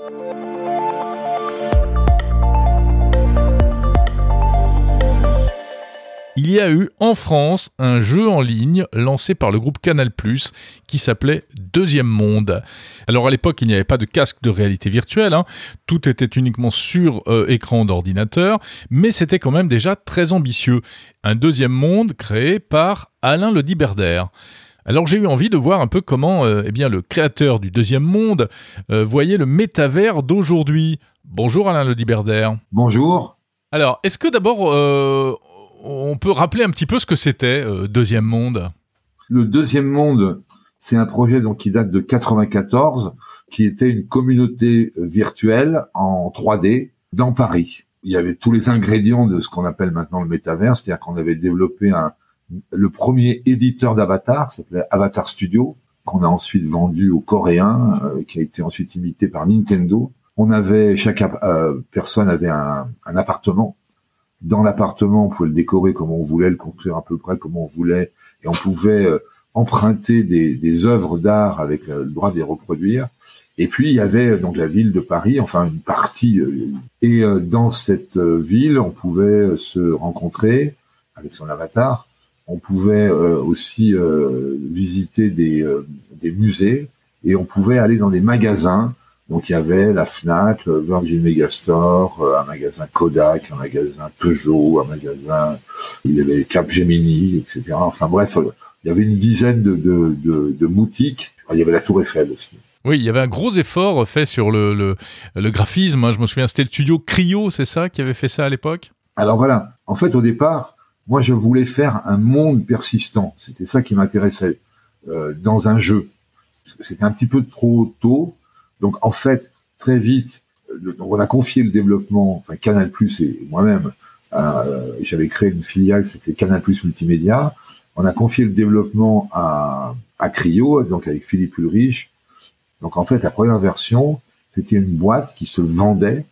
Il y a eu en France un jeu en ligne lancé par le groupe Canal+, qui s'appelait Deuxième Monde. Alors à l'époque, il n'y avait pas de casque de réalité virtuelle, tout était uniquement sur écran d'ordinateur, mais c'était quand même déjà très ambitieux. Un Deuxième Monde créé par Alain Lediberder. Alors j'ai eu envie de voir un peu comment le créateur du Deuxième Monde voyait le métavers d'aujourd'hui. Bonjour Alain Lediberder. Bonjour. Alors, est-ce que d'abord on peut rappeler un petit peu ce que c'était Deuxième Monde? Le Deuxième Monde, c'est un projet qui date de 94, qui était une communauté virtuelle en 3D dans Paris. Il y avait tous les ingrédients de ce qu'on appelle maintenant le métavers, c'est-à-dire qu'on avait développé le premier éditeur d'avatar, qui s'appelait Avatar Studio, qu'on a ensuite vendu aux Coréens, qui a été ensuite imité par Nintendo. Chaque personne avait un appartement. Dans l'appartement, on pouvait le décorer comme on voulait, le construire à peu près comme on voulait, et on pouvait emprunter des œuvres d'art avec le droit de les reproduire. Et puis, il y avait donc la ville de Paris, enfin une partie. Et dans cette ville, on pouvait se rencontrer avec son avatar. On pouvait aussi visiter des musées, et on pouvait aller dans des magasins. Donc il y avait la Fnac, le Virgin Megastore, un magasin Kodak, un magasin Peugeot, un magasin, il y avait Capgemini, etc. Enfin bref, il y avait une dizaine de boutiques. Il y avait la Tour Eiffel aussi. Oui, il y avait un gros effort fait sur le graphisme. Je me souviens, c'était le studio Cryo, c'est ça, qui avait fait ça à l'époque? Alors voilà, en fait au départ, moi je voulais faire un monde persistant. C'était ça qui m'intéressait dans un jeu. C'était un petit peu trop tôt. Donc en fait, très vite, on a confié le développement, enfin Canal+ et moi-même, j'avais créé une filiale, c'était Canal+ Multimédia. On a confié le développement à Cryo, donc avec Philippe Ulrich. Donc en fait, la première version, c'était une boîte qui se vendait.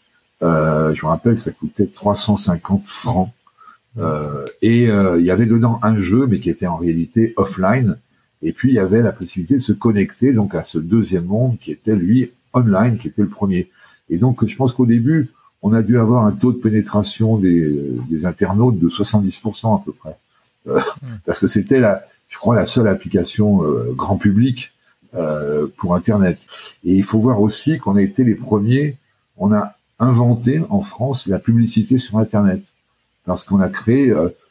Je me rappelle, ça coûtait 350 francs. Et il y avait dedans un jeu, mais qui était en réalité offline. Et puis, il y avait la possibilité de se connecter donc à ce Deuxième Monde qui était, lui, online, qui était le premier. Et donc, je pense qu'au début, on a dû avoir un taux de pénétration des internautes de 70% à peu près. Parce que c'était, je crois, la seule application grand public pour Internet. Et il faut voir aussi qu'on a été les premiers, on a inventé en France la publicité sur Internet. Parce qu'on a créé...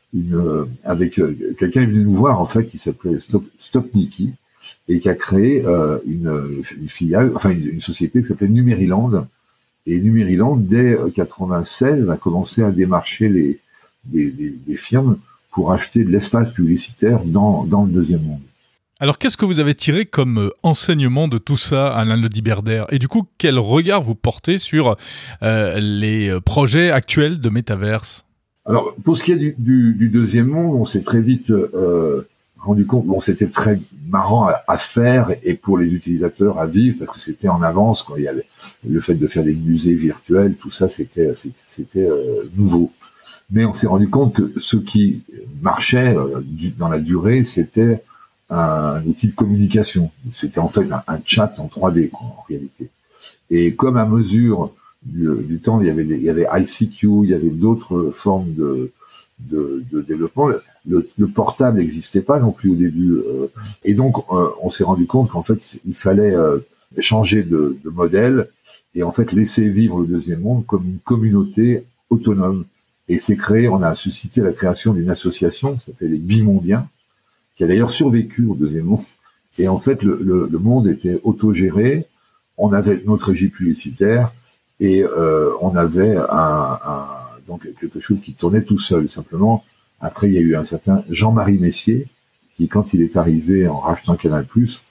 quelqu'un est venu nous voir en fait qui s'appelait Stop Niki et qui a créé une filiale, enfin une société qui s'appelait Numériland. Et Numériland dès 96 a commencé à démarcher les firmes pour acheter de l'espace publicitaire dans le Deuxième Monde. Alors qu'est-ce que vous avez tiré comme enseignement de tout ça, Alain Lediberder? Et du coup, quel regard vous portez sur les projets actuels de Metaverse? Alors, pour ce qui est du Deuxième Monde, on s'est très vite rendu compte, c'était très marrant à faire et pour les utilisateurs à vivre parce que c'était en avance, quoi. Il y avait le fait de faire des musées virtuels, tout ça, c'était nouveau. Mais on s'est rendu compte que ce qui marchait dans la durée, c'était un outil de communication. C'était en fait un chat en 3D, quoi, en réalité. Et comme à mesure du temps, il y avait ICQ, il y avait d'autres formes de développement. Le portable n'existait pas non plus au début. Et donc, on s'est rendu compte qu'en fait, il fallait changer de modèle et en fait laisser vivre le Deuxième Monde comme une communauté autonome. Et on a suscité la création d'une association qui s'appelle les Bimondiens, qui a d'ailleurs survécu au Deuxième Monde. Et en fait, le monde était autogéré. On avait notre régie publicitaire. Et on avait donc quelque chose qui tournait tout seul. Simplement, après, il y a eu un certain Jean-Marie Messier qui, quand il est arrivé en rachetant Canal+,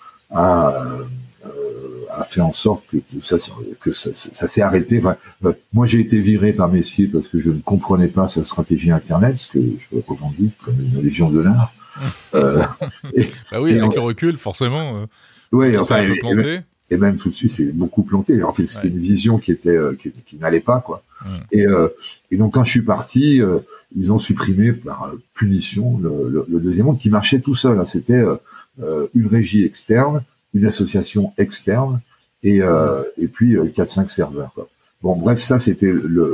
a fait en sorte que ça s'est arrêté. Enfin, moi, j'ai été viré par Messier parce que je ne comprenais pas sa stratégie Internet, ce que je revendique comme une légion d'honneur. Bah oui, avec le recul, forcément. Oui, ça a un peu planté. Et même tout de suite, c'est beaucoup planté. En fait, c'était une vision qui n'allait pas, quoi. Et donc, quand je suis parti, ils ont supprimé par punition le Deuxième Monde qui marchait tout seul. C'était une régie externe, une association externe, et puis 4-5 serveurs, quoi. Bon, bref, ça c'était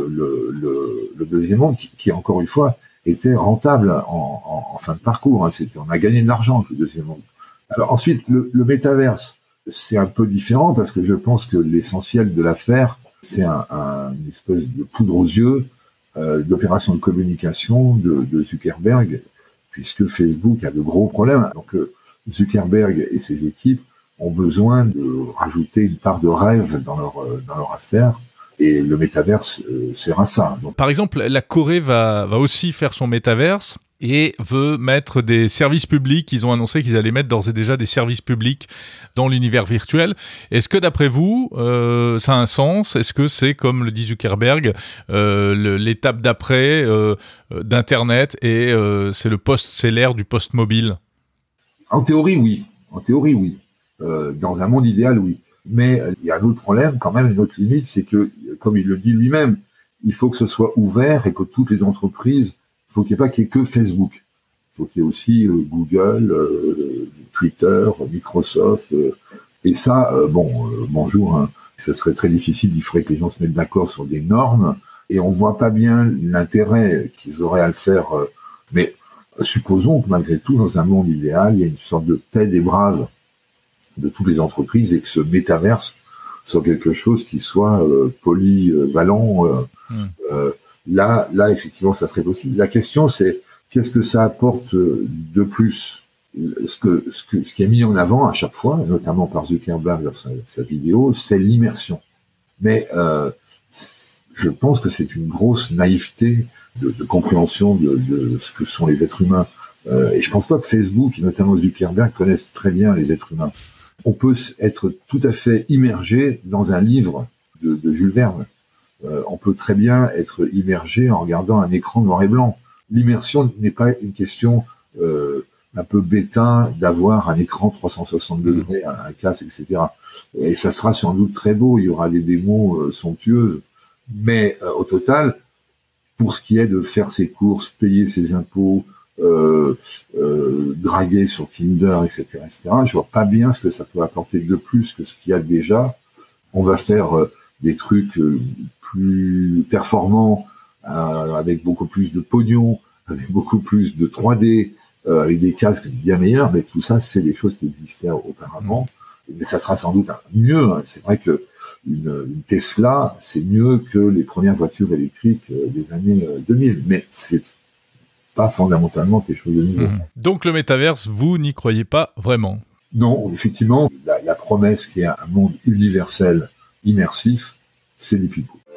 le deuxième monde qui encore une fois était rentable en fin de parcours. Hein. On a gagné de l'argent avec le deuxième monde. Alors ensuite, le métaverse, c'est un peu différent parce que je pense que l'essentiel de l'affaire, c'est une espèce de poudre aux yeux d'opération de communication de Zuckerberg, puisque Facebook a de gros problèmes. Donc Zuckerberg et ses équipes ont besoin de rajouter une part de rêve dans leur affaire. Et le métaverse sert à ça. Donc, par exemple, la Corée va aussi faire son métaverse et veut mettre des services publics. Ils ont annoncé qu'ils allaient mettre d'ores et déjà des services publics dans l'univers virtuel. Est-ce que d'après vous, ça a un sens ? Est-ce que c'est, comme le dit Zuckerberg, l'étape d'après d'Internet et c'est c'est l'ère du post-mobile ? En théorie, oui. Dans un monde idéal, oui. Mais il y a un autre problème, quand même, une autre limite, c'est que, comme il le dit lui-même, il faut que ce soit ouvert et que toutes les entreprises, il faut qu'il n'y ait pas qu'il y ait que Facebook. Il faut qu'il y ait aussi Google, Twitter, Microsoft. Et ça, bonjour, hein, ça serait très difficile, il faudrait que les gens se mettent d'accord sur des normes. Et on voit pas bien l'intérêt qu'ils auraient à le faire. Mais supposons que malgré tout, dans un monde idéal, il y a une sorte de paix des braves de toutes les entreprises et que ce métaverse soit quelque chose qui soit polyvalent. Là, effectivement, ça serait possible. La question, c'est qu'est-ce que ça apporte de plus ? Ce qui est mis en avant à chaque fois, notamment par Zuckerberg dans sa vidéo, c'est l'immersion. Mais je pense que c'est une grosse naïveté de compréhension de ce que sont les êtres humains. Et je pense pas que Facebook, et notamment Zuckerberg, connaissent très bien les êtres humains. On peut être tout à fait immergé dans un livre de Jules Verne. On peut très bien être immergé en regardant un écran noir et blanc. L'immersion n'est pas une question un peu bêta d'avoir un écran 360 degrés, un casque, etc. Et ça sera sans doute très beau, il y aura des démos somptueuses. Mais au total, pour ce qui est de faire ses courses, payer ses impôts, draguer sur Tinder, etc., je vois pas bien ce que ça peut apporter de plus que ce qu'il y a déjà. On va faire des trucs plus performants, avec beaucoup plus de pognon, avec beaucoup plus de 3D, avec des casques bien meilleurs, mais tout ça, c'est des choses qui existaient auparavant. Mais ça sera sans doute mieux. Hein. C'est vrai que une Tesla, c'est mieux que les premières voitures électriques des années 2000, mais c'est pas fondamentalement quelque chose de nouveau. Donc le métaverse, vous n'y croyez pas vraiment ? Non, effectivement, la promesse qui est un monde universel, immersif, c'est des pipeaux.